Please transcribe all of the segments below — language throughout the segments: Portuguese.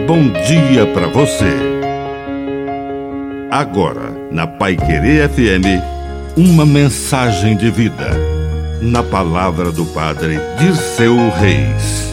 bom dia para você. Agora, na Paiquerê FM, uma mensagem de vida. Na palavra do Padre Dirceu Reis.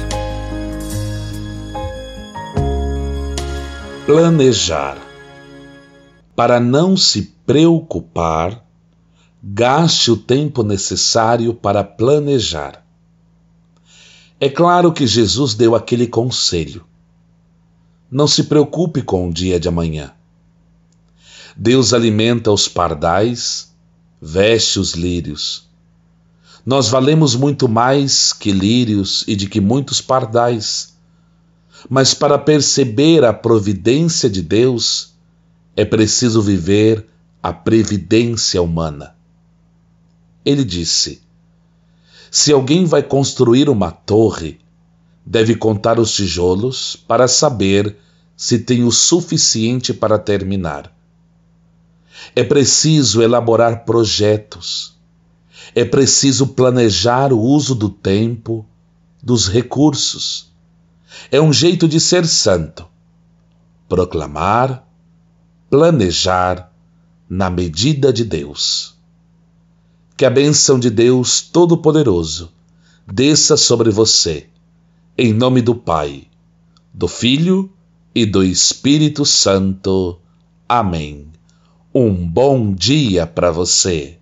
Planejar. Para não se preocupar, gaste o tempo necessário para planejar. É claro que Jesus deu aquele conselho: não se preocupe com o dia de amanhã. Deus alimenta os pardais, veste os lírios. Nós valemos muito mais que lírios e de que muitos pardais. Mas para perceber a providência de Deus, é preciso viver a previdência humana. Ele disse: se alguém vai construir uma torre, deve contar os tijolos para saber se tem o suficiente para terminar. É preciso elaborar projetos. É preciso planejar o uso do tempo, dos recursos. É um jeito de ser santo. Proclamar, planejar na medida de Deus. Que a bênção de Deus Todo-Poderoso desça sobre você, em nome do Pai, do Filho e do Espírito Santo. Amém. Um bom dia para você.